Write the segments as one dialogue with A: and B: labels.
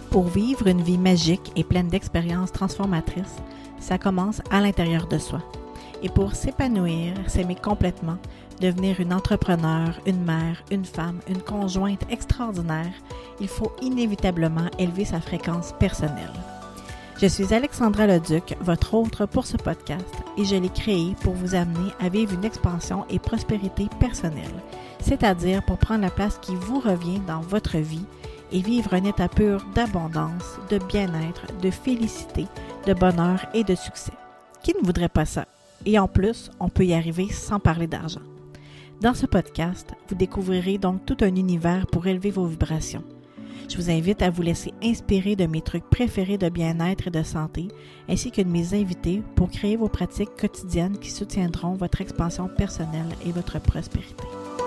A: Pour vivre une vie magique et pleine d'expériences transformatrices, ça commence à l'intérieur de soi. Et pour s'épanouir, s'aimer complètement, devenir une entrepreneure, une mère, une femme, une conjointe extraordinaire, il faut inévitablement élever sa fréquence personnelle. Je suis Alexandra Leduc, votre hôte pour ce podcast, et je l'ai créé pour vous amener à vivre une expansion et prospérité personnelle, c'est-à-dire pour prendre la place qui vous revient dans votre vie et vivre un état pur d'abondance, de bien-être, de félicité, de bonheur et de succès. Qui ne voudrait pas ça? Et en plus, on peut y arriver sans parler d'argent. Dans ce podcast, vous découvrirez donc tout un univers pour élever vos vibrations. Je vous invite à vous laisser inspirer de mes trucs préférés de bien-être et de santé, ainsi que de mes invités pour créer vos pratiques quotidiennes qui soutiendront votre expansion personnelle et votre prospérité.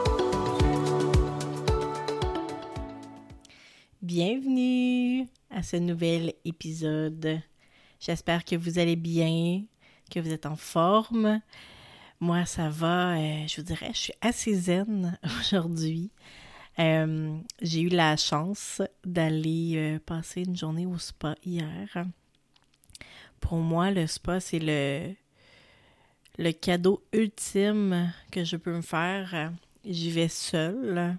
A: Bienvenue à ce nouvel épisode. J'espère que vous allez bien, que vous êtes en forme. Moi, ça va, je vous dirais, je suis assez zen aujourd'hui. J'ai eu la chance d'aller passer une journée au spa hier. Pour moi, le spa, c'est le cadeau ultime que je peux me faire. J'y vais seule.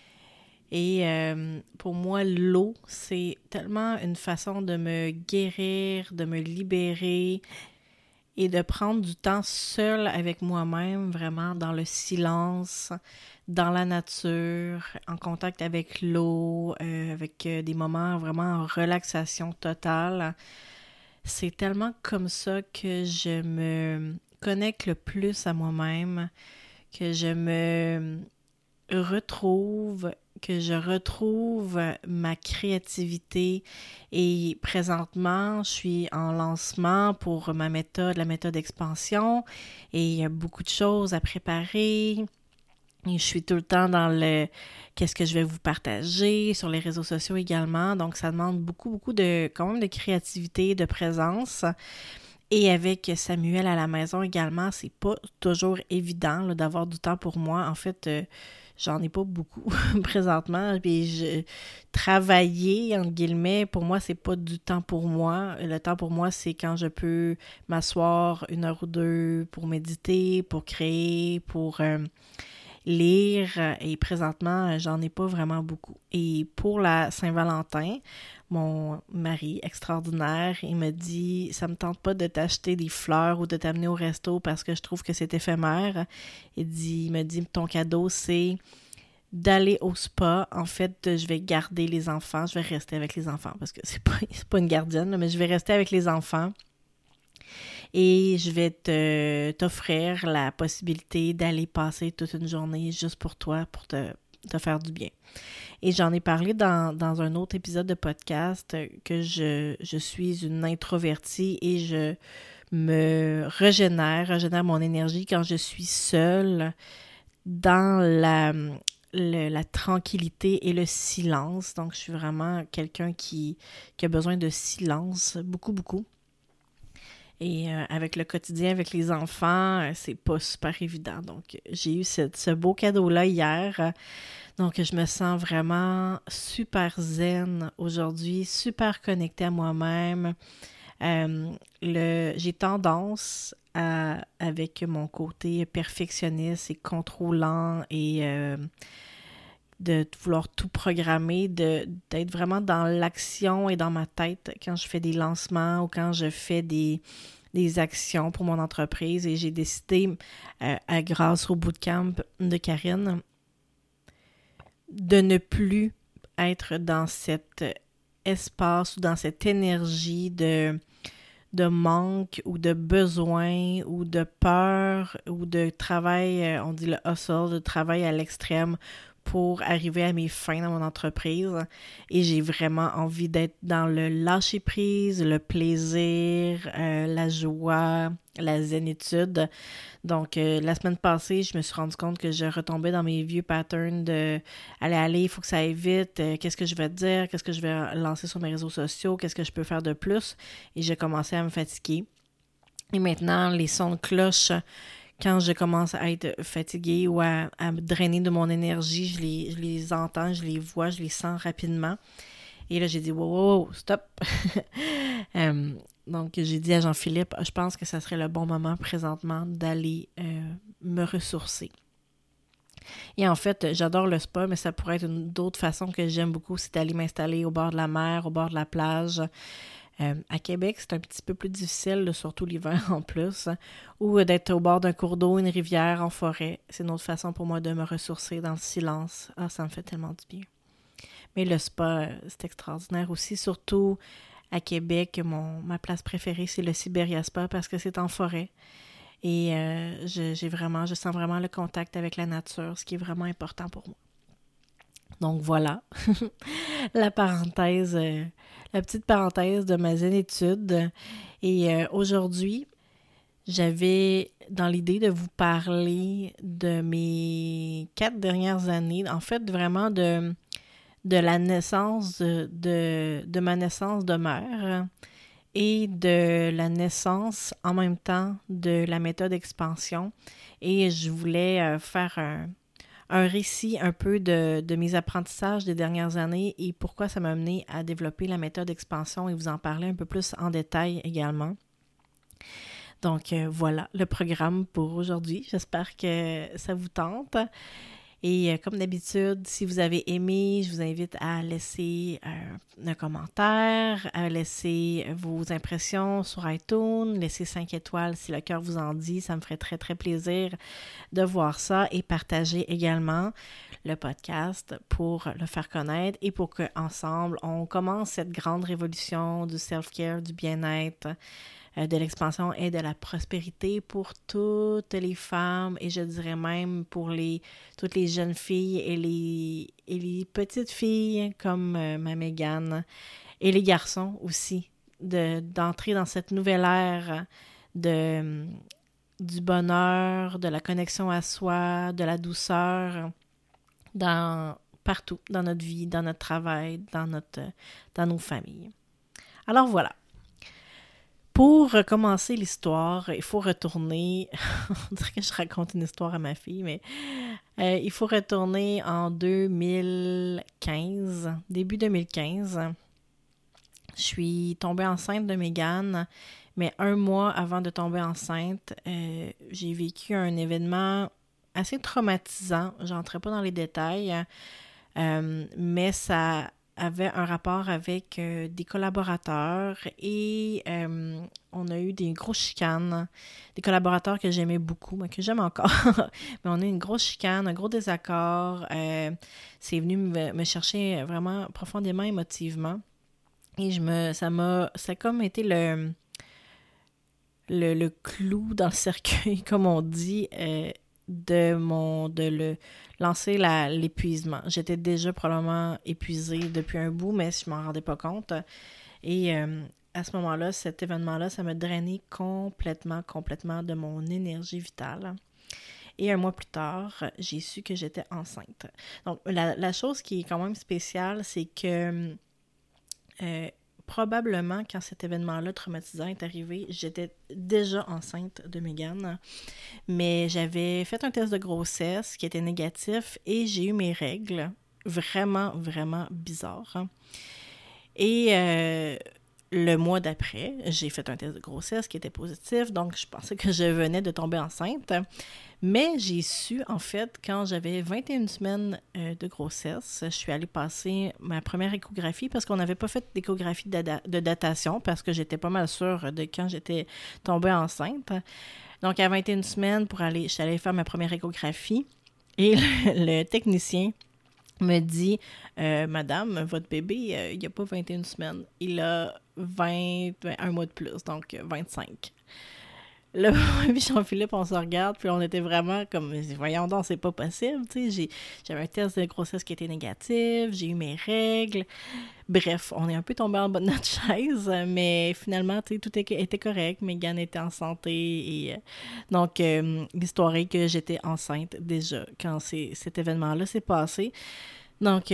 A: Et pour moi, l'eau, c'est tellement une façon de me guérir, de me libérer et de prendre du temps seule avec moi-même, vraiment dans le silence, dans la nature, en contact avec l'eau, avec des moments vraiment en relaxation totale. C'est tellement comme ça que je me connecte le plus à moi-même, que je me retrouve, que je retrouve ma créativité. Et présentement, je suis en lancement pour ma méthode, la méthode expansion, et il y a beaucoup de choses à préparer. Et je suis tout le temps dans le qu'est-ce que je vais vous partager sur les réseaux sociaux également. Donc, ça demande beaucoup quand même de créativité, de présence. Et avec Samuel à la maison également, c'est pas toujours évident là, d'avoir du temps pour moi. En fait, j'en ai pas beaucoup présentement. Puis travailler, entre guillemets, pour moi, c'est pas du temps pour moi. Le temps pour moi, c'est quand je peux m'asseoir 1 heure ou 2 pour méditer, pour créer, pour lire. Et présentement, j'en ai pas vraiment beaucoup. Et pour la Saint-Valentin, mon mari extraordinaire, il me dit « Ça me tente pas de t'acheter des fleurs ou de t'amener au resto parce que je trouve que c'est éphémère. » Il me dit « Ton cadeau, c'est d'aller au spa. En fait, je vais garder les enfants. Je vais rester avec les enfants parce que c'est pas une gardienne, mais je vais rester avec les enfants. Et je vais t'offrir la possibilité d'aller passer toute une journée juste pour toi, pour te faire du bien. » Et j'en ai parlé dans un autre épisode de podcast que je suis une introvertie et je me régénère mon énergie quand je suis seule dans la tranquillité et le silence. Donc, je suis vraiment quelqu'un qui a besoin de silence, beaucoup. Et avec le quotidien, avec les enfants, c'est pas super évident. Donc, j'ai eu ce beau cadeau-là hier. Donc, je me sens vraiment super zen aujourd'hui, super connectée à moi-même. J'ai tendance avec mon côté perfectionniste et contrôlant et de vouloir tout programmer, d'être vraiment dans l'action et dans ma tête quand je fais des lancements ou quand je fais des actions pour mon entreprise. Et j'ai décidé, grâce au bootcamp de Karine, de ne plus être dans cet espace ou dans cette énergie de manque ou de besoin ou de peur ou de travail, on dit le hustle, de travail à l'extrême pour arriver à mes fins dans mon entreprise. Et j'ai vraiment envie d'être dans le lâcher-prise, le plaisir, la joie, la zénitude. Donc, la semaine passée, je me suis rendu compte que je retombais dans mes vieux patterns de allez, il faut que ça aille vite, qu'est-ce que je vais te dire, qu'est-ce que je vais lancer sur mes réseaux sociaux, qu'est-ce que je peux faire de plus. Et j'ai commencé à me fatiguer. Et maintenant, les sons de cloche, quand je commence à être fatiguée ou à me drainer de mon énergie, je les entends, je les vois, je les sens rapidement. Et là, j'ai dit, wow, stop! Donc, j'ai dit à Jean-Philippe, je pense que ça serait le bon moment présentement d'aller me ressourcer. Et en fait, j'adore le spa, mais ça pourrait être d'autres façons que j'aime beaucoup, c'est d'aller m'installer au bord de la mer, au bord de la plage. À Québec, c'est un petit peu plus difficile, là, surtout l'hiver en plus, ou d'être au bord d'un cours d'eau, une rivière, en forêt. C'est une autre façon pour moi de me ressourcer dans le silence. Ah, ça me fait tellement du bien. Mais le spa, c'est extraordinaire aussi, surtout à Québec. Ma place préférée, c'est le Siberia Spa parce que c'est en forêt. Et je sens vraiment le contact avec la nature, ce qui est vraiment important pour moi. Donc voilà, la petite parenthèse de ma zénitude. Et aujourd'hui, j'avais dans l'idée de vous parler de mes 4 dernières années, en fait vraiment de la naissance de ma naissance de mère et de la naissance en même temps de la méthode expansion. Et je voulais faire un récit un peu de mes apprentissages des dernières années et pourquoi ça m'a amené à développer la méthode expansion et vous en parler un peu plus en détail également. Donc voilà le programme pour aujourd'hui. J'espère que ça vous tente. Et comme d'habitude, si vous avez aimé, je vous invite à laisser un commentaire, à laisser vos impressions sur iTunes, laisser 5 étoiles si le cœur vous en dit. Ça me ferait très, très plaisir de voir ça et partager également le podcast pour le faire connaître et pour qu'ensemble, on commence cette grande révolution du self-care, du bien-être, de l'expansion et de la prospérité pour toutes les femmes et je dirais même pour toutes les jeunes filles et les petites filles comme ma Mégane et les garçons aussi, d'entrer dans cette nouvelle ère du bonheur, de la connexion à soi, de la douceur partout dans notre vie, dans notre travail, dans nos familles. Alors voilà. Pour recommencer l'histoire, il faut retourner, on dirait que je raconte une histoire à ma fille, mais il faut retourner en 2015, début 2015. Je suis tombée enceinte de Mégane, mais 1 mois avant de tomber enceinte, j'ai vécu un événement assez traumatisant. Je n'entrerai pas dans les détails, mais ça avait un rapport avec des collaborateurs et on a eu des grosses chicanes, des collaborateurs que j'aimais beaucoup, mais que j'aime encore, mais on a eu une grosse chicane, un gros désaccord, c'est venu me chercher vraiment profondément émotivement et ça a comme été le clou dans le cercueil, comme on dit, de lancer l'épuisement. J'étais déjà probablement épuisée depuis un bout, mais je m'en rendais pas compte. Et à ce moment-là, cet événement-là, ça m'a drainé complètement de mon énergie vitale. Et 1 mois plus tard, j'ai su que j'étais enceinte. Donc, la chose qui est quand même spéciale, c'est que probablement, quand cet événement-là traumatisant est arrivé, j'étais déjà enceinte de Mégane, mais j'avais fait un test de grossesse qui était négatif et j'ai eu mes règles vraiment bizarres. Et le mois d'après, j'ai fait un test de grossesse qui était positif, donc je pensais que je venais de tomber enceinte. Mais j'ai su, en fait, quand j'avais 21 semaines de grossesse, je suis allée passer ma première échographie parce qu'on n'avait pas fait d'échographie de datation parce que j'étais pas mal sûre de quand j'étais tombée enceinte. Donc, à 21 semaines, je suis allée faire ma première échographie et le technicien me dit « Madame, votre bébé, il n'a pas 21 semaines. Il a 21 mois de plus, donc 25. » Là, puis Jean-Philippe, on se regarde, puis on était vraiment comme, voyons donc, c'est pas possible, tu sais, j'avais un test de grossesse qui était négatif, j'ai eu mes règles, bref, on est un peu tombé en bas de notre chaise, mais finalement, tu sais, tout était correct, Mégane était en santé, et donc, l'histoire est que j'étais enceinte déjà quand cet événement-là s'est passé, donc,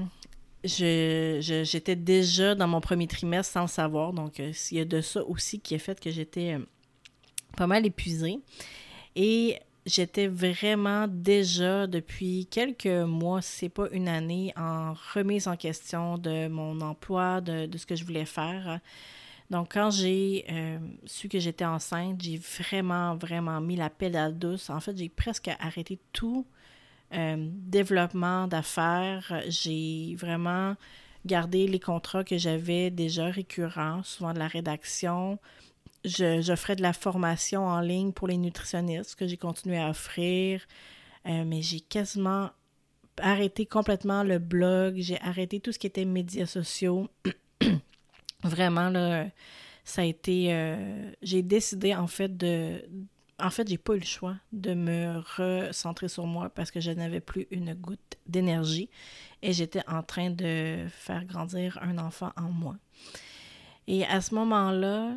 A: j'étais déjà dans mon premier trimestre sans le savoir, donc il y a de ça aussi qui a fait que j'étais pas mal épuisée. Et j'étais vraiment déjà depuis quelques mois, si c'est pas une année, en remise en question de mon emploi, de ce que je voulais faire. Donc, quand j'ai su que j'étais enceinte, j'ai vraiment, vraiment mis la pédale douce. En fait, j'ai presque arrêté tout développement d'affaires. J'ai vraiment gardé les contrats que j'avais déjà récurrents, souvent de la rédaction. J'offrais de la formation en ligne pour les nutritionnistes que j'ai continué à offrir, mais j'ai quasiment arrêté complètement le blog, j'ai arrêté tout ce qui était médias sociaux. Vraiment, là, ça a été... j'ai décidé, en fait, j'ai pas eu le choix de me recentrer sur moi parce que je n'avais plus une goutte d'énergie et j'étais en train de faire grandir un enfant en moi. Et à ce moment-là,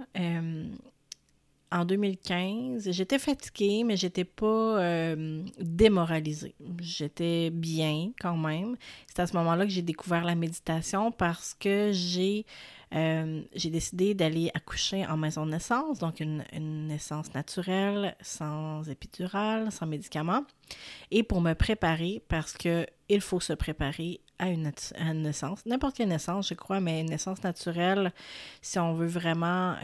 A: en 2015, j'étais fatiguée, mais j'étais pas démoralisée. J'étais bien quand même. C'est à ce moment-là que j'ai découvert la méditation parce que j'ai décidé d'aller accoucher en maison de naissance, donc une naissance naturelle, sans épidural, sans médicaments. Et pour me préparer, parce que il faut se préparer à une naissance, n'importe quelle naissance, je crois, mais une naissance naturelle, si on veut vraiment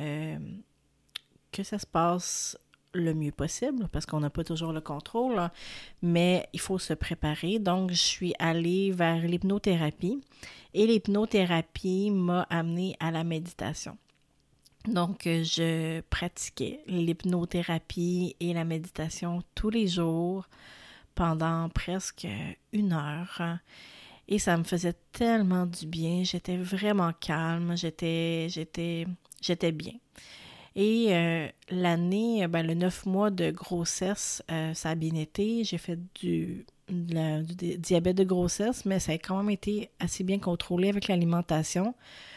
A: que ça se passe le mieux possible, parce qu'on n'a pas toujours le contrôle, là, mais il faut se préparer. Donc, je suis allée vers l'hypnothérapie et l'hypnothérapie m'a amenée à la méditation. Donc, je pratiquais l'hypnothérapie et la méditation tous les jours pendant presque 1 heure. Et ça me faisait tellement du bien. J'étais vraiment calme. J'étais bien. Et l'année, le 9 mois de grossesse, ça a bien été. J'ai fait du diabète de grossesse, mais ça a quand même été assez bien contrôlé avec l'alimentation.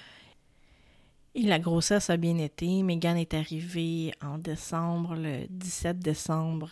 A: Et la grossesse a bien été. Mégane est arrivée en décembre, le 17 décembre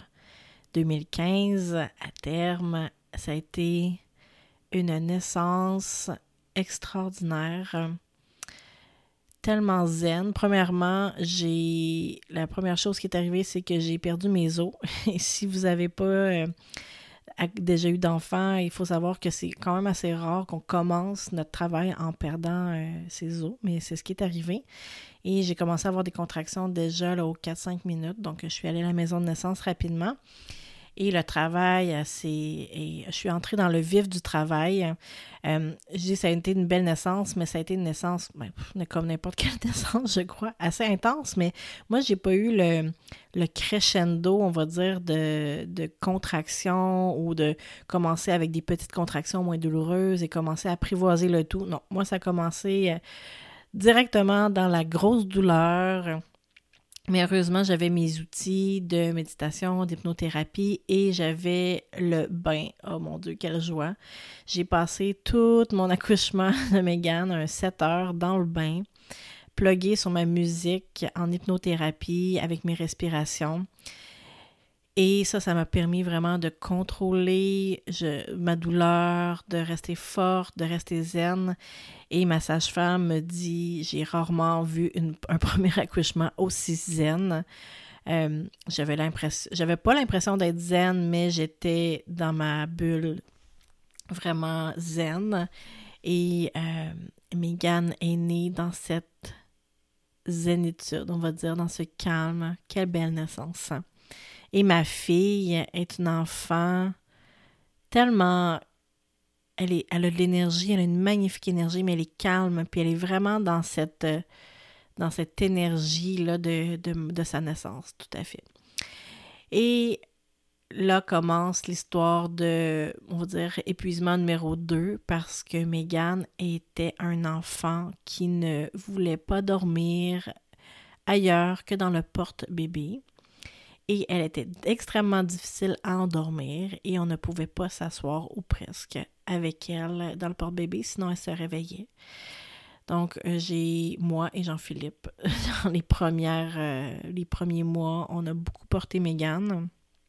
A: 2015, à terme. Ça a été une naissance extraordinaire. Tellement zen. Premièrement, la première chose qui est arrivée, c'est que j'ai perdu mes os. Et si vous n'avez pas déjà eu d'enfants, il faut savoir que c'est quand même assez rare qu'on commence notre travail en perdant ses os, mais c'est ce qui est arrivé. Et j'ai commencé à avoir des contractions déjà là, aux 4-5 minutes, donc je suis allée à la maison de naissance rapidement. Et le travail, je suis entrée dans le vif du travail. Je dis ça a été une belle naissance, mais ça a été une naissance, comme n'importe quelle naissance, je crois, assez intense. Mais moi, j'ai pas eu le crescendo, on va dire, de contractions ou de commencer avec des petites contractions moins douloureuses et commencer à apprivoiser le tout. Non, moi, ça a commencé directement dans la grosse douleur. Mais heureusement, j'avais mes outils de méditation, d'hypnothérapie et j'avais le bain. Oh mon Dieu, quelle joie! J'ai passé tout mon accouchement de Mégane, un 7 heures dans le bain, plugué sur ma musique en hypnothérapie avec mes respirations. Et ça m'a permis vraiment de contrôler ma douleur, de rester forte, de rester zen. Et ma sage-femme me dit, j'ai rarement vu un premier accouchement aussi zen. J'avais pas l'impression d'être zen, mais j'étais dans ma bulle vraiment zen. Et Mégane est née dans cette zénitude, on va dire, dans ce calme. Quelle belle naissance. Et ma fille est une enfant tellement... Elle a de l'énergie, elle a une magnifique énergie, mais elle est calme, puis elle est vraiment dans cette énergie-là de sa naissance, tout à fait. Et là commence l'histoire de, on va dire, épuisement numéro 2, parce que Mégane était un enfant qui ne voulait pas dormir ailleurs que dans le porte-bébé. Et elle était extrêmement difficile à endormir et on ne pouvait pas s'asseoir ou presque avec elle dans le porte-bébé, sinon elle se réveillait. Donc, moi et Jean-Philippe, dans les premiers mois, on a beaucoup porté Mégane.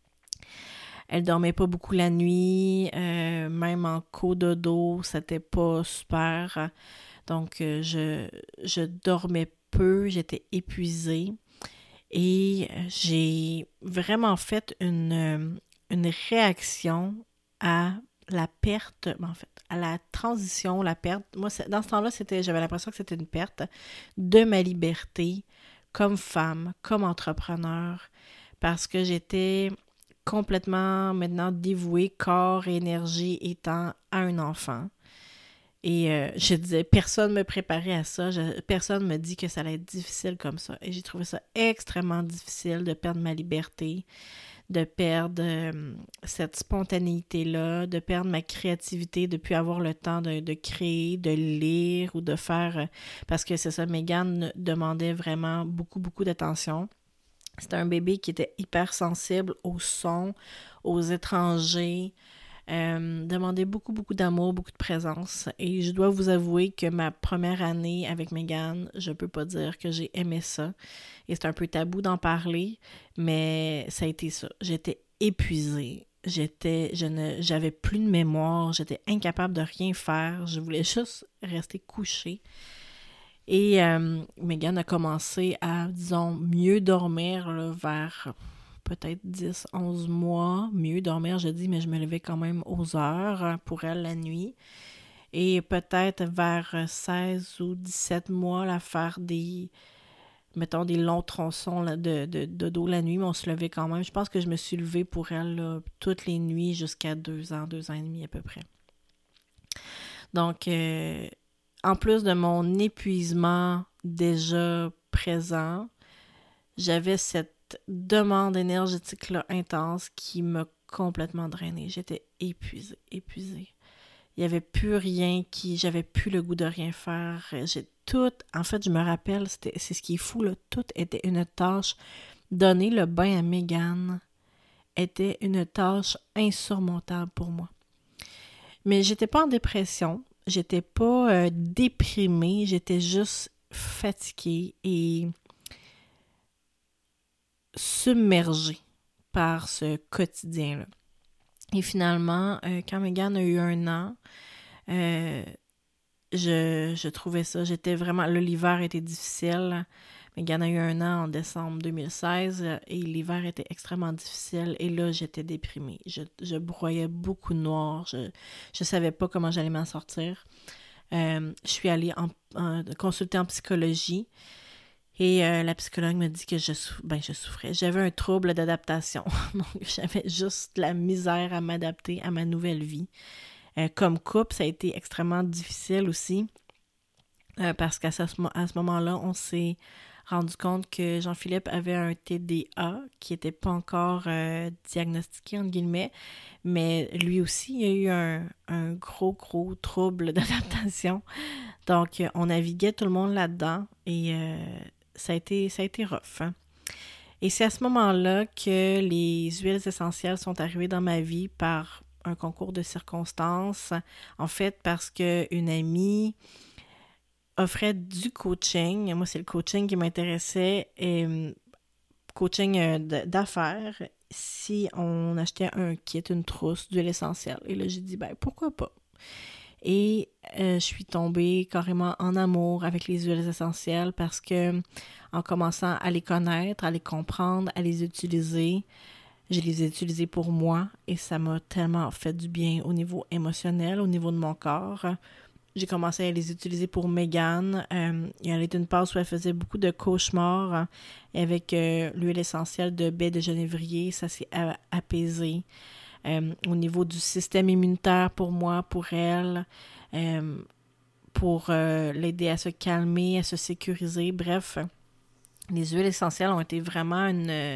A: Elle dormait pas beaucoup la nuit, même en cododo, c'était pas super. Donc, je dormais peu, j'étais épuisée. Et j'ai vraiment fait une réaction à la perte, en fait, à la transition, la perte. Moi, dans ce temps-là, j'avais l'impression que c'était une perte de ma liberté comme femme, comme entrepreneur, parce que j'étais complètement maintenant dévouée, corps et énergie et temps à un enfant. Et je disais, personne ne me préparait à ça, personne me dit que ça allait être difficile comme ça. Et j'ai trouvé ça extrêmement difficile de perdre ma liberté, de perdre cette spontanéité-là, de perdre ma créativité, de ne plus avoir le temps de créer, de lire ou de faire... parce que c'est ça, Mégane demandait vraiment beaucoup, beaucoup d'attention. C'était un bébé qui était hyper sensible aux sons, aux étrangers, demandait beaucoup, beaucoup d'amour, beaucoup de présence. Et je dois vous avouer que ma première année avec Mégane, je peux pas dire que j'ai aimé ça. Et c'est un peu tabou d'en parler, mais ça a été ça. J'étais épuisée. J'avais plus de mémoire, j'étais incapable de rien faire. Je voulais juste rester couchée. Et Mégane a commencé à, disons, mieux dormir là, vers peut-être 10, 11 mois. Mieux dormir, je dis, mais je me levais quand même aux heures pour elle la nuit. Et peut-être vers 16 ou 17 mois, la faire mettons, des longs tronçons là, de dos la nuit, mais on se levait quand même. Je pense que je me suis levée pour elle là, toutes les nuits jusqu'à 2 ans et demi à peu près. Donc, en plus de mon épuisement déjà présent, j'avais cette demande énergétique-là intense qui m'a complètement drainée. J'étais épuisée. Il n'y avait plus rien j'avais plus le goût de rien faire. En fait, je me rappelle, c'est ce qui est fou, là, tout était une tâche. Donner le bain à Mégane était une tâche insurmontable pour moi. Mais j'étais pas en dépression, j'étais pas déprimée, j'étais juste fatiguée et submergée par ce quotidien-là. Et finalement, quand Mégane a eu 1 an, je trouvais ça, j'étais vraiment... Là, l'hiver était difficile. Mégane a eu 1 an en décembre 2016 et l'hiver était extrêmement difficile. Et là, j'étais déprimée. Je broyais beaucoup de noir. Je savais pas comment j'allais m'en sortir. Je suis allée consulter en psychologie. Et la psychologue me dit que je souffrais. J'avais un trouble d'adaptation. Donc, j'avais juste la misère à m'adapter à ma nouvelle vie. Comme couple, ça a été extrêmement difficile aussi. Parce qu'à ce moment-là, on s'est rendu compte que Jean-Philippe avait un TDA qui n'était pas encore diagnostiqué, entre guillemets. Mais lui aussi, il a eu un gros trouble d'adaptation. Donc, on naviguait tout le monde là-dedans. Et... ça a été rough. Hein? Et c'est à ce moment-là que les huiles essentielles sont arrivées dans ma vie par un concours de circonstances. En fait, parce qu'une amie offrait du coaching. Moi, c'est le coaching qui m'intéressait. Coaching d'affaires si on achetait un kit, une trousse d'huile essentielle. Et là, j'ai dit, pourquoi pas? Et je suis tombée carrément en amour avec les huiles essentielles parce que en commençant à les connaître, à les comprendre, à les utiliser, je les ai utilisées pour moi et ça m'a tellement fait du bien au niveau émotionnel, au niveau de mon corps. J'ai commencé à les utiliser pour Mégane. Il y en a une passe où elle faisait beaucoup de cauchemars avec l'huile essentielle de baie de genévrier. Ça s'est apaisé. Au niveau du système immunitaire pour moi, pour elle, pour l'aider à se calmer, à se sécuriser. Bref, les huiles essentielles ont été vraiment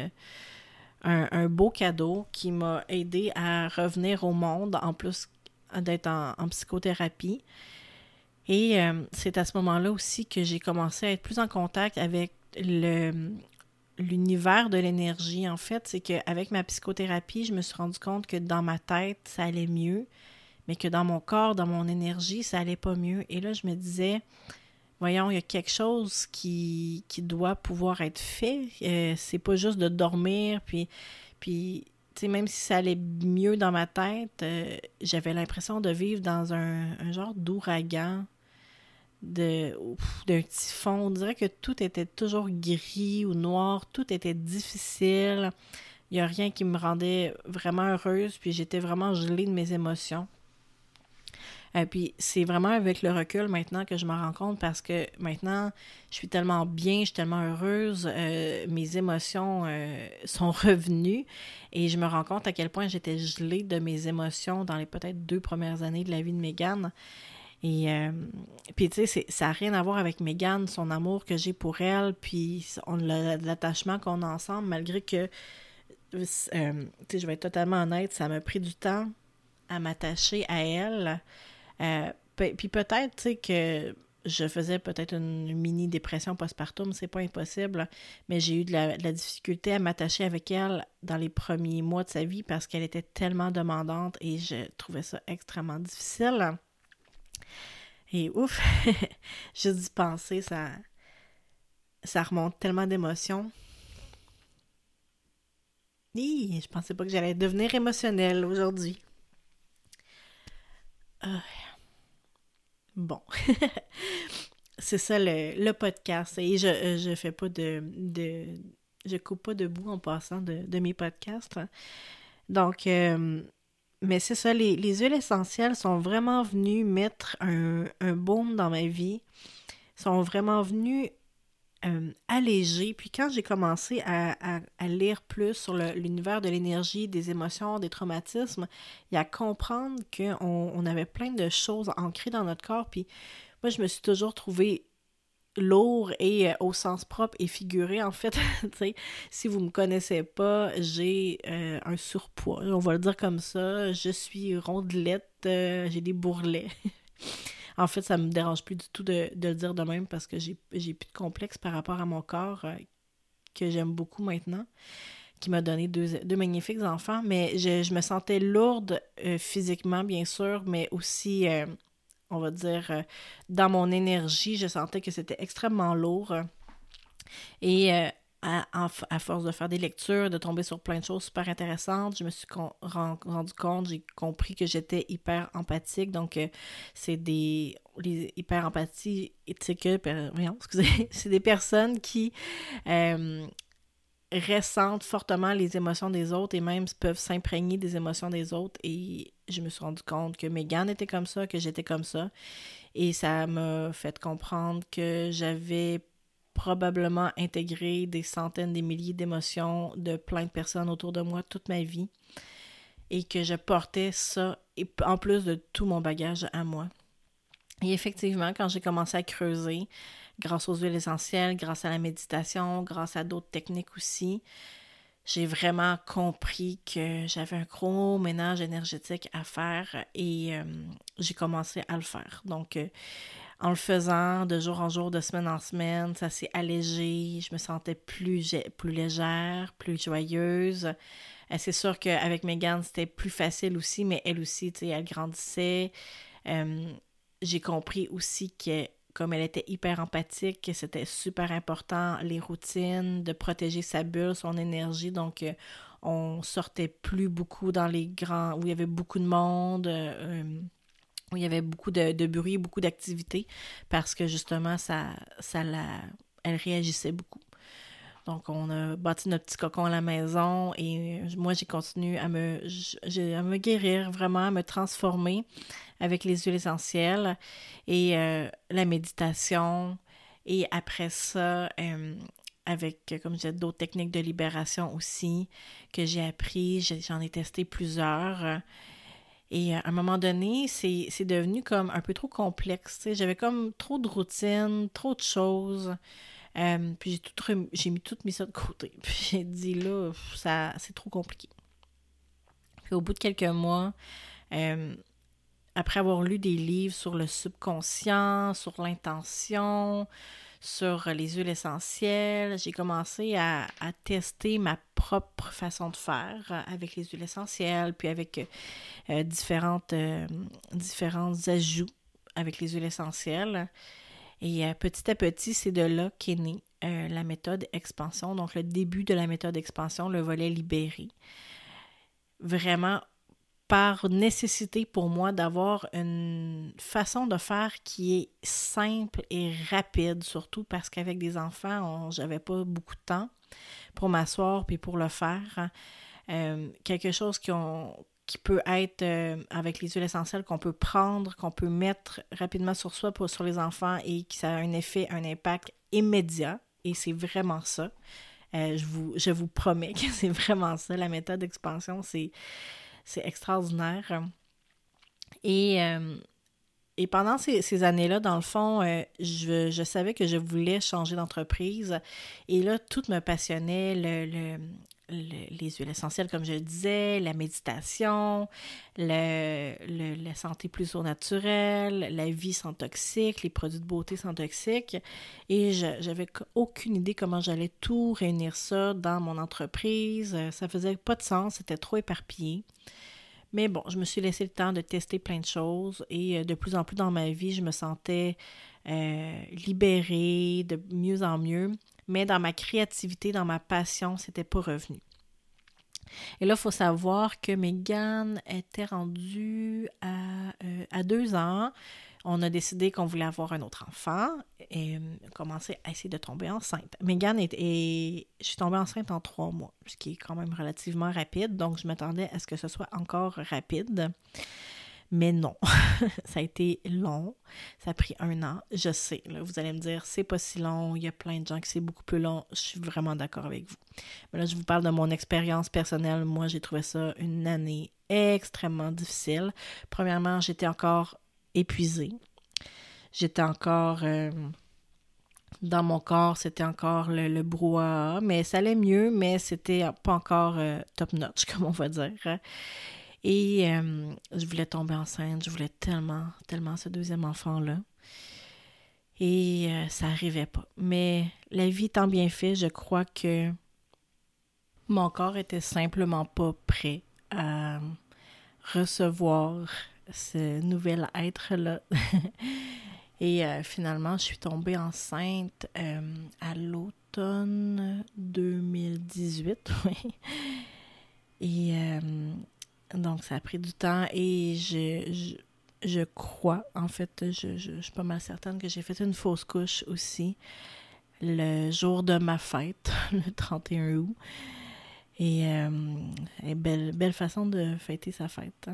A: un beau cadeau qui m'a aidé à revenir au monde, en plus d'être en psychothérapie. Et c'est à ce moment-là aussi que j'ai commencé à être plus en contact avec l'univers de l'énergie. En fait, c'est qu'avec ma psychothérapie, je me suis rendu compte que dans ma tête, ça allait mieux, mais que dans mon corps, dans mon énergie, ça allait pas mieux. Et là, je me disais, voyons, il y a quelque chose qui doit pouvoir être fait. C'est pas juste de dormir, puis tu sais, même si ça allait mieux dans ma tête, j'avais l'impression de vivre dans un genre d'ouragan d'un typhon. On dirait que tout était toujours gris ou noir, tout était difficile. Il n'y a rien qui me rendait vraiment heureuse, puis j'étais vraiment gelée de mes émotions. Puis c'est vraiment avec le recul maintenant que je m'en rends compte parce que maintenant, je suis tellement bien, je suis tellement heureuse, mes émotions sont revenues et je me rends compte à quel point j'étais gelée de mes émotions dans les peut-être 2 premières années de la vie de Mégane. Et puis tu sais, ça n'a rien à voir avec Mégane, son amour que j'ai pour elle, puis l'attachement qu'on a ensemble, malgré que, tu sais, je vais être totalement honnête, ça m'a pris du temps à m'attacher à elle. Puis peut-être, tu sais, que je faisais peut-être une mini-dépression postpartum, c'est pas impossible, mais j'ai eu de la difficulté à m'attacher avec elle dans les premiers mois de sa vie parce qu'elle était tellement demandante et je trouvais ça extrêmement difficile. Et ouf, juste d'y penser, ça remonte tellement d'émotions. Je pensais pas que j'allais devenir émotionnelle aujourd'hui. Bon, c'est ça le podcast. Et je fais pas je coupe pas de bout en passant de mes podcasts. Donc, mais c'est ça, les huiles essentielles sont vraiment venues mettre un baume dans ma vie, sont vraiment venues alléger. Puis quand j'ai commencé à lire plus sur l'univers de l'énergie, des émotions, des traumatismes, et à comprendre qu'on avait plein de choses ancrées dans notre corps. Puis moi, je me suis toujours trouvée lourd et au sens propre et figuré, en fait. Si vous me connaissez pas, j'ai un surpoids, on va le dire comme ça. Je suis rondelette, j'ai des bourrelets. En fait, ça me dérange plus du tout de le dire de même parce que j'ai plus de complexe par rapport à mon corps que j'aime beaucoup maintenant, qui m'a donné deux magnifiques enfants. Mais je me sentais lourde physiquement, bien sûr, mais aussi on va dire, dans mon énergie, je sentais que c'était extrêmement lourd. Et à force de faire des lectures, de tomber sur plein de choses super intéressantes, je me suis rendu compte, j'ai compris que j'étais hyper empathique. Donc, c'est les hyper empathies, excusez, c'est des personnes qui ressentent fortement les émotions des autres et même peuvent s'imprégner des émotions des autres. Et je me suis rendu compte que Mégane était comme ça, que j'étais comme ça. Et ça m'a fait comprendre que j'avais probablement intégré des centaines, des milliers d'émotions de plein de personnes autour de moi toute ma vie. Et que je portais ça, et en plus de tout mon bagage à moi. Et effectivement, quand j'ai commencé à creuser, grâce aux huiles essentielles, grâce à la méditation, grâce à d'autres techniques aussi, j'ai vraiment compris que j'avais un gros ménage énergétique à faire et j'ai commencé à le faire. Donc, en le faisant de jour en jour, de semaine en semaine, ça s'est allégé, je me sentais plus légère, plus joyeuse. C'est sûr qu'avec Mégane, c'était plus facile aussi, mais elle aussi, tu sais, elle grandissait. J'ai compris aussi que comme elle était hyper empathique, que c'était super important, les routines, de protéger sa bulle, son énergie. Donc, on sortait plus beaucoup dans les grands, où il y avait beaucoup de monde, où il y avait beaucoup de bruit, beaucoup d'activité, parce que justement, elle réagissait beaucoup. Donc, on a bâti notre petit cocon à la maison et moi, j'ai continué à me guérir, vraiment, à me transformer avec les huiles essentielles et la méditation. Et après ça, avec, comme je disais, d'autres techniques de libération aussi que j'ai appris. J'en ai testé plusieurs. Et à un moment donné, c'est devenu comme un peu trop complexe. T'sais. J'avais comme trop de routines, trop de choses. Puis j'ai mis ça de côté. Puis j'ai dit là, c'est trop compliqué. Puis au bout de quelques mois, après avoir lu des livres sur le subconscient, sur l'intention, sur les huiles essentielles, j'ai commencé à tester ma propre façon de faire avec les huiles essentielles, puis avec différents ajouts avec les huiles essentielles. Et petit à petit, c'est de là qu'est née la méthode expansion, donc le début de la méthode expansion, le volet libéré. Vraiment, par nécessité pour moi d'avoir une façon de faire qui est simple et rapide, surtout parce qu'avec des enfants, j'avais pas beaucoup de temps pour m'asseoir puis pour le faire. Quelque chose qui peut être avec les huiles essentielles qu'on peut prendre, qu'on peut mettre rapidement sur soi, sur les enfants et qui ça a un impact immédiat. Et c'est vraiment ça. Je vous promets que c'est vraiment ça. La méthode d'expansion, c'est extraordinaire. Et pendant ces années-là, dans le fond, je savais que je voulais changer d'entreprise. Et là, tout me passionnait, les huiles essentielles, comme je le disais, la méditation, la santé plus au naturel, la vie sans toxique, les produits de beauté sans toxique. Et j'avais aucune idée comment j'allais tout réunir ça dans mon entreprise. Ça faisait pas de sens, c'était trop éparpillé. Mais bon, je me suis laissé le temps de tester plein de choses et de plus en plus dans ma vie, je me sentais libérée de mieux en mieux. Mais dans ma créativité, dans ma passion, c'était pas revenu. Et là, il faut savoir que Mégane était rendue à 2 ans. On a décidé qu'on voulait avoir un autre enfant et commencer à essayer de tomber enceinte. Mégane je suis tombée enceinte en 3 mois, ce qui est quand même relativement rapide. Donc, je m'attendais à ce que ce soit encore rapide. Mais non, ça a été long. Ça a pris 1 an. Je sais, là, vous allez me dire, c'est pas si long. Il y a plein de gens qui c'est beaucoup plus long. Je suis vraiment d'accord avec vous. Mais là, je vous parle de mon expérience personnelle. Moi, j'ai trouvé ça une année extrêmement difficile. Premièrement, j'étais encore épuisée. J'étais encore... dans mon corps, c'était encore le brouhaha. Mais ça allait mieux, mais c'était pas encore top-notch, comme on va dire. Et je voulais tomber enceinte, je voulais tellement, tellement ce deuxième enfant-là. Et ça n'arrivait pas. Mais la vie étant bien faite, je crois que mon corps était simplement pas prêt à recevoir ce nouvel être-là. Et finalement, je suis tombée enceinte à l'automne 2018, oui. Et donc, ça a pris du temps et je crois, en fait, je suis pas mal certaine que j'ai fait une fausse couche aussi le jour de ma fête, le 31 août. Et belle façon de fêter sa fête.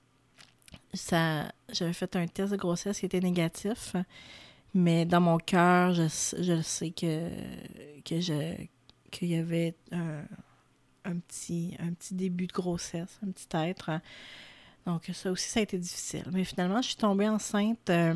A: Hein? J'avais fait un test de grossesse qui était négatif, mais dans mon cœur, je sais qu'il y avait un petit début de grossesse, un petit être. Donc ça aussi, ça a été difficile. Mais finalement, je suis tombée enceinte à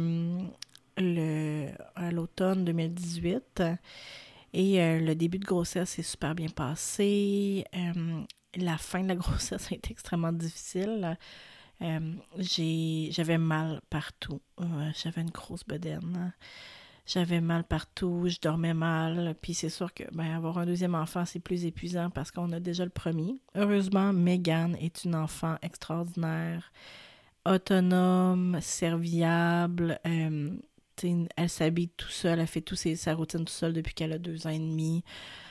A: l'automne 2018 et le début de grossesse s'est super bien passé. La fin de la grossesse a été extrêmement difficile. J'avais mal partout. J'avais une grosse bedaine. J'avais mal partout, je dormais mal. Puis c'est sûr que avoir un deuxième enfant, c'est plus épuisant parce qu'on a déjà le premier. Heureusement, Mégane est une enfant extraordinaire, autonome, serviable. Elle s'habille tout seule, elle fait sa routine tout seule depuis qu'elle a 2 ans et demi.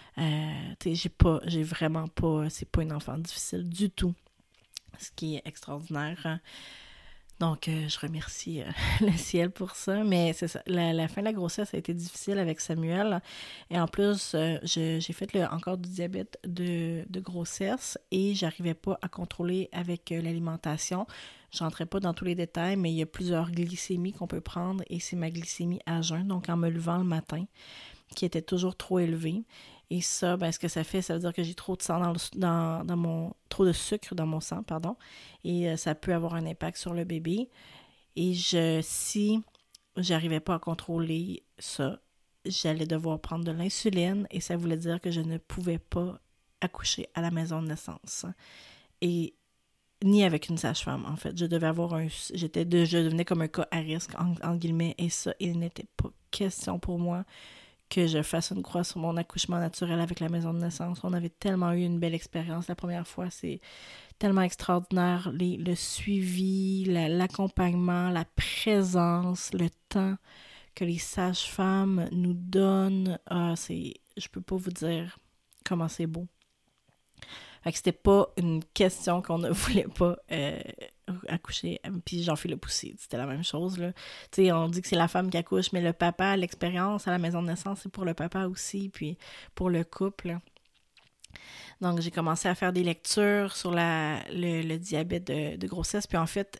A: J'ai vraiment pas... C'est pas une enfant difficile du tout, ce qui est extraordinaire. Hein? Donc, je remercie le ciel pour ça. Mais c'est ça, la fin de la grossesse a été difficile avec Samuel. Et en plus, j'ai fait encore du diabète de grossesse et j'arrivais pas à contrôler avec l'alimentation. Je rentrais pas dans tous les détails, mais il y a plusieurs glycémies qu'on peut prendre et c'est ma glycémie à jeun, donc en me levant le matin, qui était toujours trop élevée. Et ça, ce que ça fait, ça veut dire que j'ai trop de sang trop de sucre dans mon sang, pardon. Et ça peut avoir un impact sur le bébé. Et si j'arrivais pas à contrôler ça, j'allais devoir prendre de l'insuline et ça voulait dire que je ne pouvais pas accoucher à la maison de naissance. Et ni avec une sage-femme, en fait. Je devenais comme un cas à risque, entre guillemets, et ça, il n'était pas question pour moi que je fasse une croix sur mon accouchement naturel avec la maison de naissance. On avait tellement eu une belle expérience la première fois. C'est tellement extraordinaire. Le suivi, l'accompagnement, la présence, le temps que les sages-femmes nous donnent. Je peux pas vous dire comment c'est beau. Fait que c'était pas une question qu'on ne voulait pas accoucher. Puis Jean-Philippe aussi, c'était la même chose, là. Tu sais, on dit que c'est la femme qui accouche, mais le papa, l'expérience à la maison de naissance, c'est pour le papa aussi, puis pour le couple. Donc, j'ai commencé à faire des lectures sur le diabète de grossesse. Puis en fait,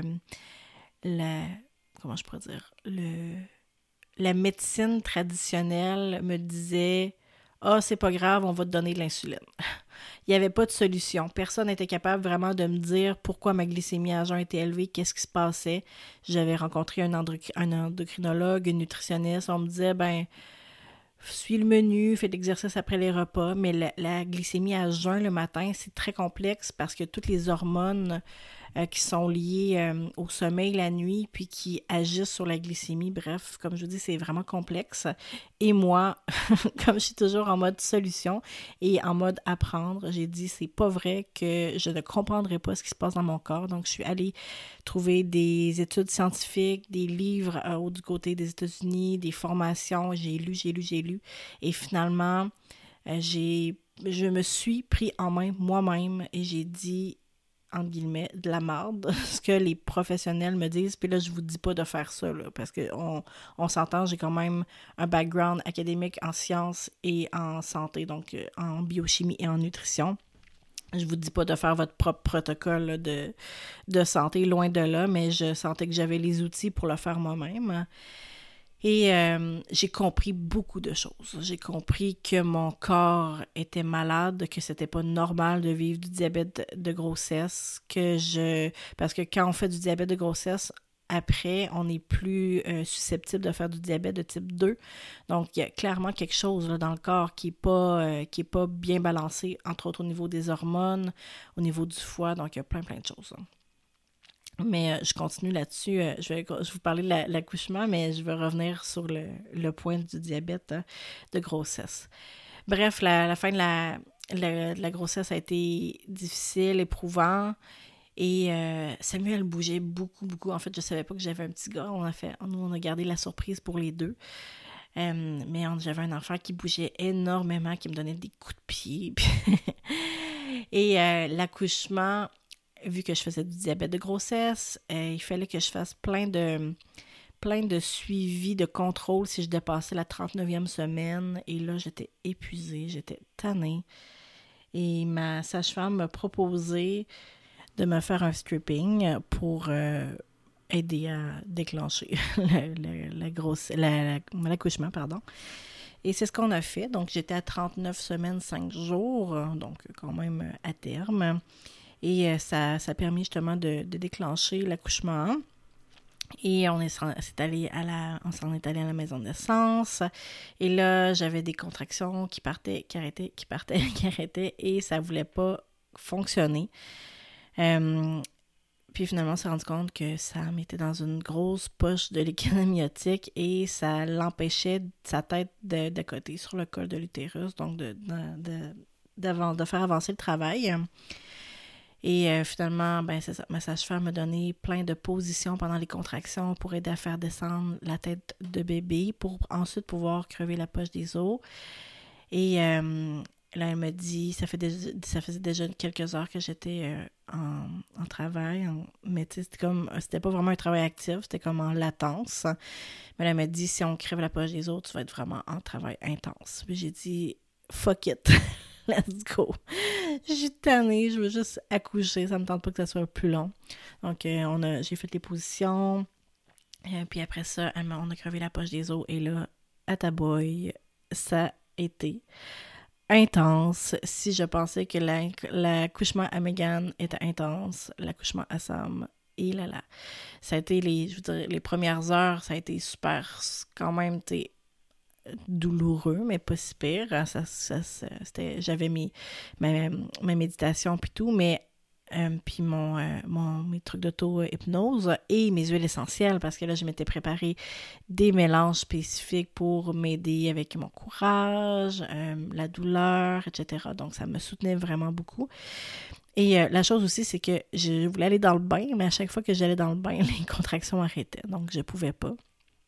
A: comment je pourrais dire? La médecine traditionnelle me disait « Ah, c'est pas grave, on va te donner de l'insuline. » Il n'y avait pas de solution. Personne n'était capable vraiment de me dire pourquoi ma glycémie à jeun était élevée, qu'est-ce qui se passait. J'avais rencontré un endocrinologue, une nutritionniste. On me disait « Ben, suis le menu, fais de l'exercice après les repas. » Mais la glycémie à jeun le matin, c'est très complexe parce que toutes les hormones qui sont liées au sommeil la nuit, puis qui agissent sur la glycémie. Bref, comme je vous dis, c'est vraiment complexe. Et moi, comme je suis toujours en mode solution et en mode apprendre, j'ai dit c'est pas vrai que je ne comprendrai pas ce qui se passe dans mon corps. Donc, je suis allée trouver des études scientifiques, des livres du côté des États-Unis, des formations. J'ai lu. Et finalement, je me suis pris en main moi-même et j'ai dit entre guillemets, de la marde, ce que les professionnels me disent. Puis là, je vous dis pas de faire ça, là, parce qu'on s'entend, j'ai quand même un background académique en sciences et en santé, donc en biochimie et en nutrition. Je vous dis pas de faire votre propre protocole là, de santé, loin de là, mais je sentais que j'avais les outils pour le faire moi-même. Et j'ai compris beaucoup de choses. J'ai compris que mon corps était malade, que c'était pas normal de vivre du diabète de grossesse, parce que quand on fait du diabète de grossesse, après, on est plus susceptible de faire du diabète de type 2. Donc, il y a clairement quelque chose là, dans le corps qui est pas bien balancé, entre autres au niveau des hormones, au niveau du foie. Donc, il y a plein de choses. Mais je continue là-dessus. Je vais vous parler de l'accouchement, mais je vais revenir sur le point du diabète de grossesse. Bref, la fin de la grossesse a été difficile, éprouvant. Et Samuel bougeait beaucoup. En fait, je savais pas que j'avais un petit gars. Nous, on a gardé la surprise pour les deux. Mais j'avais un enfant qui bougeait énormément, qui me donnait des coups de pied. Et l'accouchement, vu que je faisais du diabète de grossesse, il fallait que je fasse plein de suivis, de contrôles si je dépassais la 39e semaine. Et là, j'étais épuisée, j'étais tannée. Et ma sage-femme m'a proposé de me faire un stripping pour aider à déclencher l'accouchement, pardon. Et c'est ce qu'on a fait. Donc, j'étais à 39 semaines, 5 jours, donc quand même à terme. Et ça a permis justement de déclencher l'accouchement. Et on s'en est allé à la maison de naissance. Et là, j'avais des contractions qui partaient, qui arrêtaient, et ça ne voulait pas fonctionner. Puis finalement, on s'est rendu compte que Sam était dans une grosse poche de liquide amniotique et ça l'empêchait sa tête de côté sur le col de l'utérus, donc de faire avancer le travail. Et finalement, ben c'est ça, ma sage-femme m'a donné plein de positions pendant les contractions pour aider à faire descendre la tête de bébé pour ensuite pouvoir crever la poche des os. Et là, elle m'a dit, ça faisait déjà quelques heures que j'étais en travail, mais tu sais, c'était pas vraiment un travail actif, c'était comme en latence. Mais là, elle m'a dit, si on crève la poche des os, tu vas être vraiment en travail intense. Puis j'ai dit, fuck it, let's go. Je suis tannée, je veux juste accoucher, ça me tente pas que ça soit plus long. Donc, j'ai fait les positions, puis après ça, on a crevé la poche des os, et là, à ta boy, ça a été intense. Si je pensais que l'accouchement à Megan était intense, l'accouchement à Sam, et là, ça a été les premières heures, ça a été super, quand même, douloureux, mais pas si pire. J'avais ma méditation puis tout, mais puis mes trucs d'auto-hypnose et mes huiles essentielles, parce que là, je m'étais préparé des mélanges spécifiques pour m'aider avec mon courage, la douleur, etc. Donc, ça me soutenait vraiment beaucoup. Et la chose aussi, c'est que je voulais aller dans le bain, mais à chaque fois que j'allais dans le bain, les contractions arrêtaient. Donc, je pouvais pas.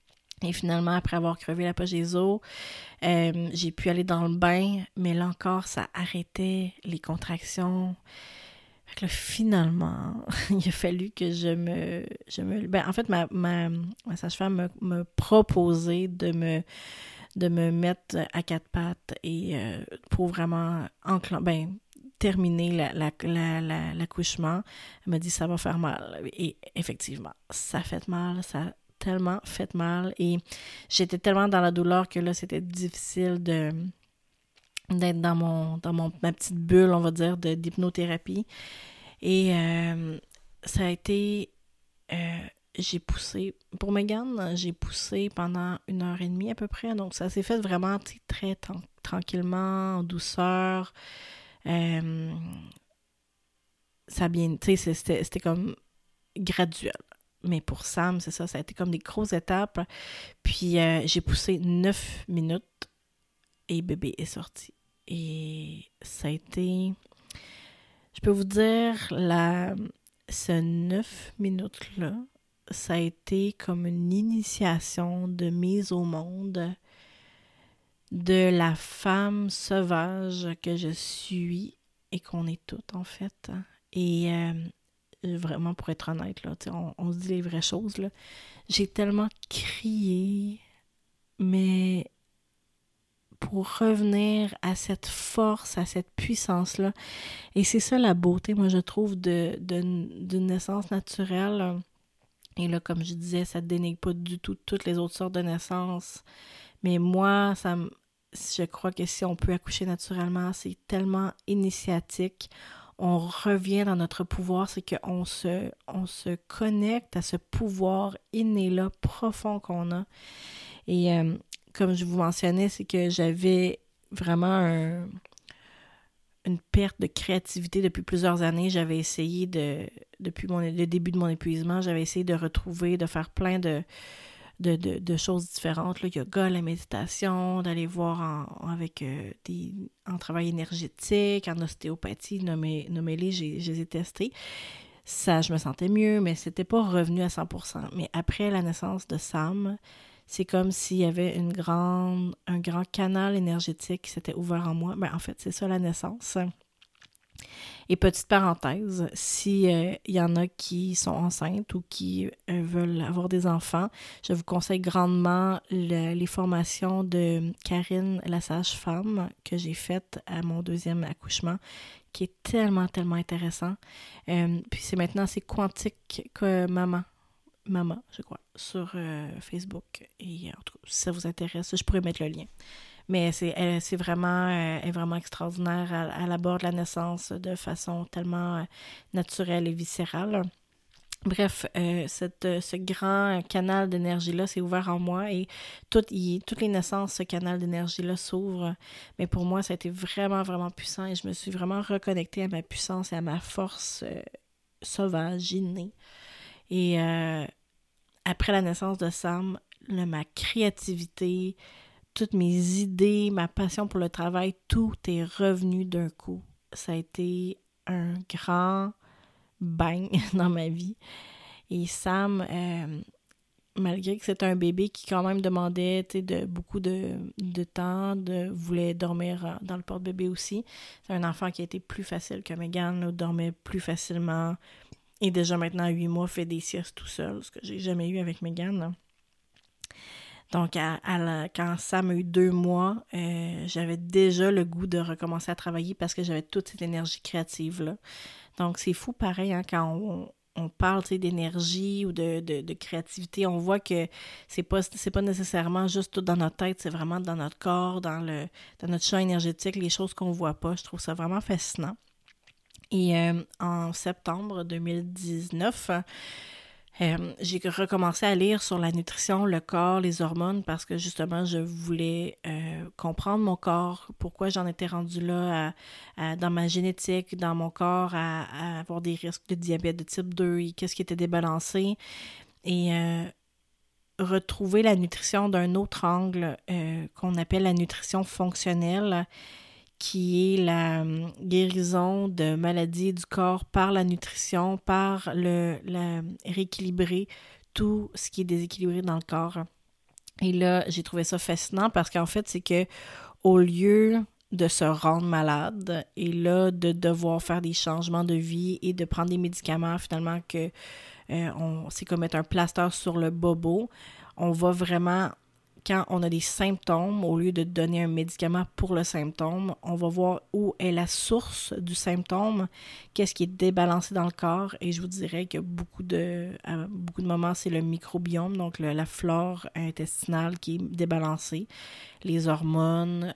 A: Et finalement, après avoir crevé la poche des os, j'ai pu aller dans le bain, mais là encore, ça arrêtait les contractions. Fait que là, finalement, il a fallu que ben, en fait, ma sage-femme me proposait de me mettre à quatre pattes et pour vraiment terminer l'accouchement. Elle m'a dit ça va faire mal. Et effectivement, ça fait mal, ça a tellement fait mal. Et j'étais tellement dans la douleur que là, c'était difficile d'être dans ma petite bulle, on va dire, d'hypnothérapie. Et ça a été... j'ai poussé, pour Megan, j'ai poussé pendant 1 heure et demie à peu près, donc ça s'est fait vraiment très tranquillement, en douceur. Ça a bien, tu sais, c'était comme graduel. Mais pour Sam, c'est ça, ça a été comme des grosses étapes. Puis j'ai poussé 9 minutes et bébé est sorti. Et ça a été, je peux vous dire, ce 9 minutes-là, ça a été comme une initiation de mise au monde de la femme sauvage que je suis et qu'on est toutes, en fait. Et vraiment, pour être honnête, là, on se dit les vraies choses, là. J'ai tellement crié, mais pour revenir à cette force, à cette puissance-là. Et c'est ça la beauté, moi, je trouve, d'une naissance naturelle. Et là, comme je disais, ça ne dénigre pas du tout toutes les autres sortes de naissances. Mais moi, je crois que si on peut accoucher naturellement, c'est tellement initiatique. On revient dans notre pouvoir, c'est qu'on se connecte à ce pouvoir inné-là, profond qu'on a. Et comme je vous mentionnais, c'est que j'avais vraiment une perte de créativité depuis plusieurs années. J'avais essayé depuis le début de mon épuisement, j'avais essayé de retrouver, de faire plein de choses différentes, le yoga, la méditation, d'aller voir en travail énergétique, en ostéopathie, nommez-les, je les ai testés. Ça, je me sentais mieux, mais c'était pas revenu à 100%. Mais après la naissance de Sam, c'est comme s'il y avait un grand canal énergétique qui s'était ouvert en moi. Ben, en fait, c'est ça la naissance. Et petite parenthèse, si y en a qui sont enceintes ou qui veulent avoir des enfants, je vous conseille grandement les formations de Karine, la sage-femme, que j'ai faites à mon 2e accouchement, qui est tellement, tellement intéressant. Puis c'est Quantique que Maman, je crois, sur Facebook. Et en tout cas, si ça vous intéresse, je pourrais mettre le lien. Mais elle est vraiment extraordinaire. Elle aborde la naissance de façon tellement naturelle et viscérale. Bref, ce grand canal d'énergie-là s'est ouvert en moi et toutes les naissances, ce canal d'énergie-là s'ouvre. Mais pour moi, ça a été vraiment, vraiment puissant et je me suis vraiment reconnectée à ma puissance et à ma force sauvage, innée. Et après la naissance de Sam, ma créativité, toutes mes idées, ma passion pour le travail, tout est revenu d'un coup. Ça a été un grand bang dans ma vie. Et Sam, malgré que c'était un bébé qui quand même demandait beaucoup de temps, voulait dormir dans le porte-bébé aussi, c'est un enfant qui a été plus facile que Megan, dormait plus facilement. Et déjà maintenant, à 8 mois, fait des siestes tout seul, ce que j'ai jamais eu avec Megan, là. Donc, quand Sam a eu 2 mois, j'avais déjà le goût de recommencer à travailler parce que j'avais toute cette énergie créative-là. Donc, c'est fou pareil, hein, quand on parle d'énergie ou de créativité, on voit que c'est pas nécessairement juste tout dans notre tête, c'est vraiment dans notre corps, dans notre champ énergétique, les choses qu'on voit pas. Je trouve ça vraiment fascinant. Et en septembre 2019, j'ai recommencé à lire sur la nutrition, le corps, les hormones, parce que justement, je voulais comprendre mon corps, pourquoi j'en étais rendue là dans ma génétique, dans mon corps, à avoir des risques de diabète de type 2 et qu'est-ce qui était débalancé. Et retrouver la nutrition d'un autre angle qu'on appelle la nutrition fonctionnelle, qui est la guérison de maladies du corps par la nutrition, par rééquilibrer tout ce qui est déséquilibré dans le corps. Et là, j'ai trouvé ça fascinant parce qu'en fait, c'est que au lieu de se rendre malade et là, de devoir faire des changements de vie et de prendre des médicaments finalement que c'est comme mettre un plaster sur le bobo, on va vraiment, quand on a des symptômes, au lieu de donner un médicament pour le symptôme, on va voir où est la source du symptôme, qu'est-ce qui est débalancé dans le corps. Et je vous dirais que à beaucoup de moments, c'est le microbiome, donc la flore intestinale qui est débalancée, les hormones,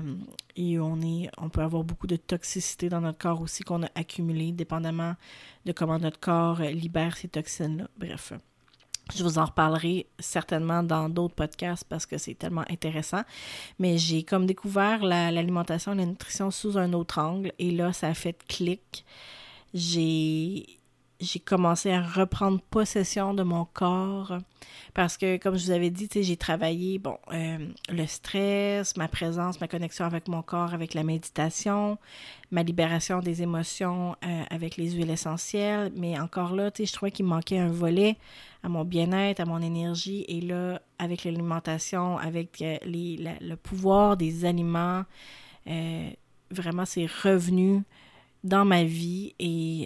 A: et on peut avoir beaucoup de toxicité dans notre corps aussi qu'on a accumulé, dépendamment de comment notre corps libère ces toxines-là. Bref. Je vous en reparlerai certainement dans d'autres podcasts parce que c'est tellement intéressant. Mais j'ai comme découvert l'alimentation et la nutrition sous un autre angle. Et là, ça a fait clic. J'ai commencé à reprendre possession de mon corps parce que, comme je vous avais dit, j'ai travaillé le stress, ma présence, ma connexion avec mon corps, avec la méditation, ma libération des émotions avec les huiles essentielles. Mais encore là, je trouvais qu'il me manquait un volet à mon bien-être, à mon énergie. Et là, avec l'alimentation, avec le pouvoir des aliments, vraiment, c'est revenu dans ma vie et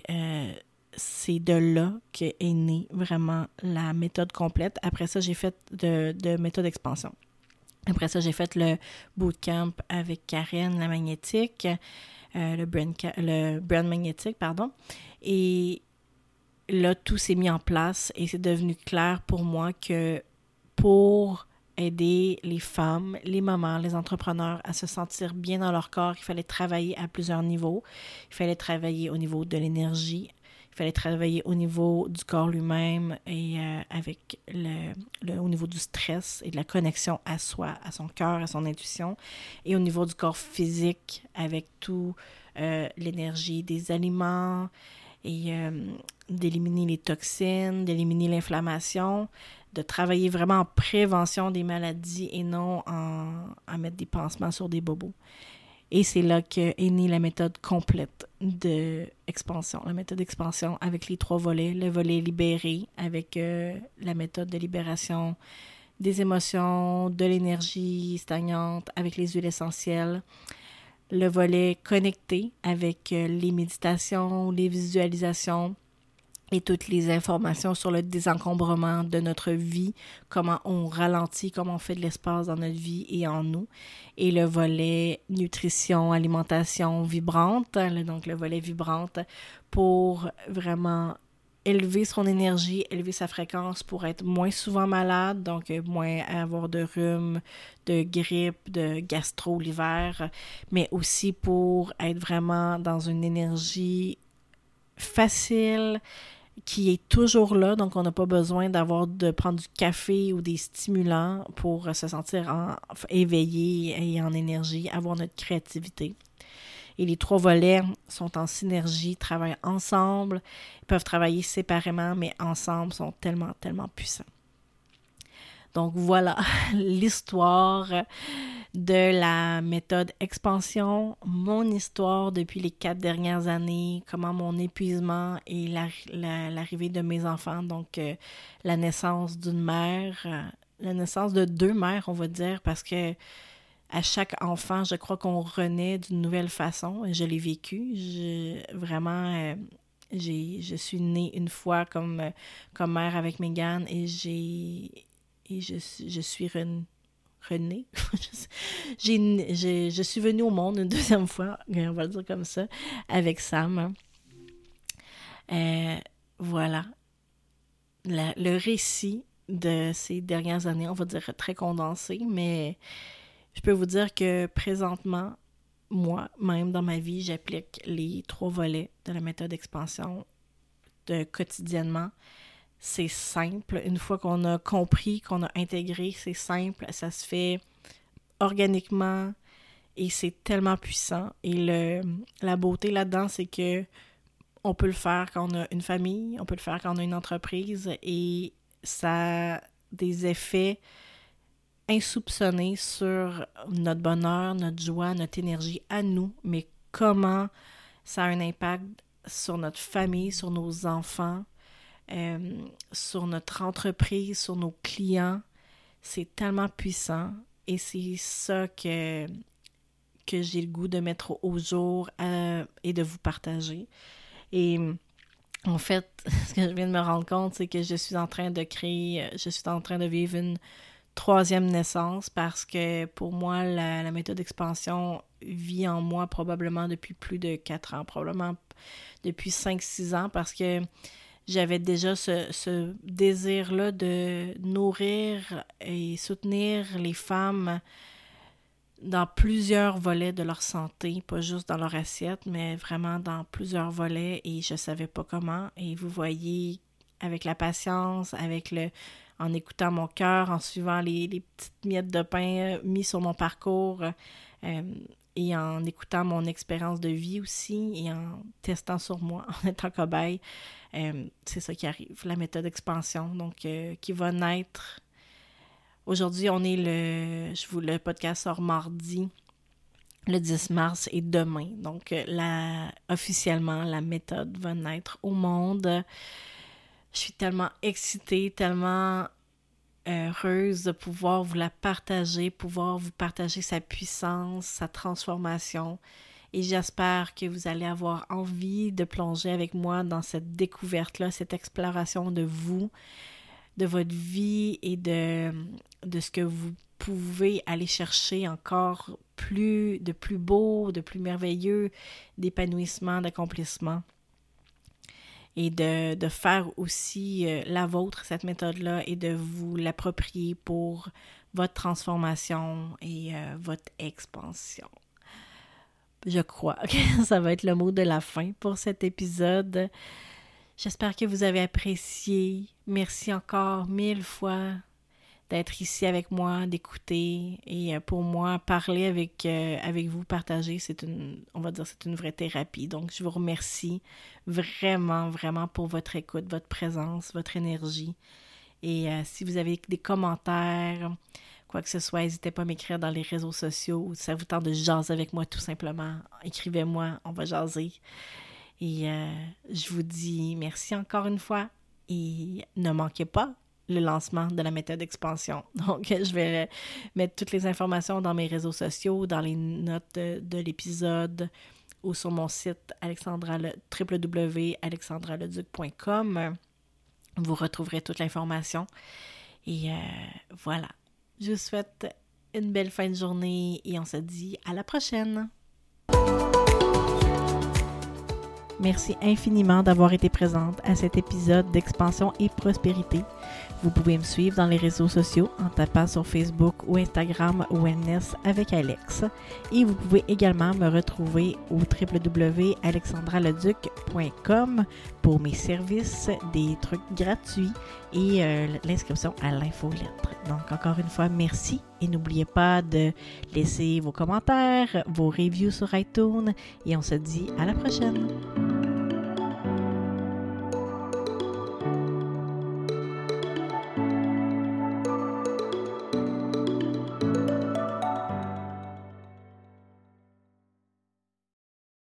A: c'est de là qu'est née vraiment la méthode complète. Après ça, j'ai fait de méthode expansion. Après ça, j'ai fait le bootcamp avec Karen, la magnétique, le brand magnétique, pardon. Et là, tout s'est mis en place et c'est devenu clair pour moi que pour aider les femmes, les mamans, les entrepreneurs à se sentir bien dans leur corps, il fallait travailler à plusieurs niveaux. Il fallait travailler au niveau de l'énergie, il fallait travailler au niveau du corps lui-même et avec au niveau du stress et de la connexion à soi, à son cœur, à son intuition, et au niveau du corps physique avec tout l'énergie des aliments et d'éliminer les toxines, d'éliminer l'inflammation, de travailler vraiment en prévention des maladies et non à mettre des pansements sur des bobos. Et c'est là qu'est née la méthode complète d'expansion. La méthode d'expansion avec les 3 volets. Le volet libéré avec la méthode de libération des émotions, de l'énergie stagnante avec les huiles essentielles. Le volet connecté avec les méditations, les visualisations et toutes les informations sur le désencombrement de notre vie, comment on ralentit, comment on fait de l'espace dans notre vie et en nous. Et le volet nutrition, alimentation vibrante, donc le volet vibrante pour vraiment élever son énergie, élever sa fréquence pour être moins souvent malade, donc moins avoir de rhume, de grippe, de gastro l'hiver, mais aussi pour être vraiment dans une énergie facile, qui est toujours là, donc on n'a pas besoin de prendre du café ou des stimulants pour se sentir éveillé et en énergie, avoir notre créativité. Et les 3 volets sont en synergie, travaillent ensemble, ils peuvent travailler séparément, mais ensemble sont tellement, tellement puissants. Donc voilà l'histoire de la méthode expansion, mon histoire depuis les 4 dernières années, comment mon épuisement et l'arrivée de mes enfants, donc la naissance d'une mère, la naissance de 2 mères, on va dire, parce que à chaque enfant, je crois qu'on renaît d'une nouvelle façon. Je l'ai vécu. Je suis née une fois comme mère avec Mégane et je suis renée. Je suis venue au monde une deuxième fois, on va le dire comme ça, avec Sam. Voilà. Le récit de ces dernières années, on va dire très condensé, mais je peux vous dire que présentement, moi, même dans ma vie, j'applique les 3 volets de la méthode d'expansion quotidiennement. C'est simple. Une fois qu'on a compris, qu'on a intégré, c'est simple. Ça se fait organiquement et c'est tellement puissant. Et la beauté là-dedans, c'est que on peut le faire quand on a une famille, on peut le faire quand on a une entreprise et ça a des effets insoupçonnés sur notre bonheur, notre joie, notre énergie à nous, mais comment ça a un impact sur notre famille, sur nos enfants, sur notre entreprise, sur nos clients. c'est tellement puissant et c'est ça que j'ai le goût de mettre au jour et de vous partager. Et en fait, ce que je viens de me rendre compte, c'est que je suis en train de vivre une 3e naissance parce que pour moi, la méthode d'expansion vit en moi probablement depuis plus de 4 ans, probablement depuis 5-6 ans parce que j'avais déjà ce désir-là de nourrir et soutenir les femmes dans plusieurs volets de leur santé, pas juste dans leur assiette, mais vraiment dans plusieurs volets et je savais pas comment. Et vous voyez, avec la patience, en écoutant mon cœur, en suivant les petites miettes de pain mis sur mon parcours et en écoutant mon expérience de vie aussi et en testant sur moi, en étant cobaye, c'est ça qui arrive, la méthode expansion, donc qui va naître. Aujourd'hui, le podcast sort mardi, le 10 mars et demain. Donc, officiellement, la méthode va naître au monde. Je suis tellement excitée, tellement heureuse de pouvoir vous la partager, pouvoir vous partager sa puissance, sa transformation. Et j'espère que vous allez avoir envie de plonger avec moi dans cette découverte-là, cette exploration de vous, de votre vie et de ce que vous pouvez aller chercher encore de plus beau, de plus merveilleux, d'épanouissement, d'accomplissement. Et de faire aussi la vôtre, cette méthode-là, et de vous l'approprier pour votre transformation et votre expansion. Je crois que ça va être le mot de la fin pour cet épisode. J'espère que vous avez apprécié. Merci encore 1000 fois d'être ici avec moi, d'écouter. Et pour moi, parler avec vous, partager, c'est une vraie thérapie. Donc, je vous remercie vraiment, vraiment pour votre écoute, votre présence, votre énergie. Et si vous avez des commentaires, quoi que ce soit, n'hésitez pas à m'écrire dans les réseaux sociaux. Si ça vous tente de jaser avec moi, tout simplement, écrivez-moi, on va jaser. Et je vous dis merci encore une fois et ne manquez pas le lancement de la méthode expansion. Donc, je vais mettre toutes les informations dans mes réseaux sociaux, dans les notes de l'épisode ou sur mon site www.alexandraleduc.com. Vous retrouverez toute l'information. Et voilà. Je vous souhaite une belle fin de journée et on se dit à la prochaine. Merci infiniment d'avoir été présente à cet épisode d'Expansion et Prospérité. Vous pouvez me suivre dans les réseaux sociaux en tapant sur Facebook ou Instagram Wellness avec Alex. Et vous pouvez également me retrouver au www.alexandraleduc.com pour mes services, des trucs gratuits et l'inscription à l'infolettre. Donc encore une fois, merci et n'oubliez pas de laisser vos commentaires, vos reviews sur iTunes et on se dit à la prochaine.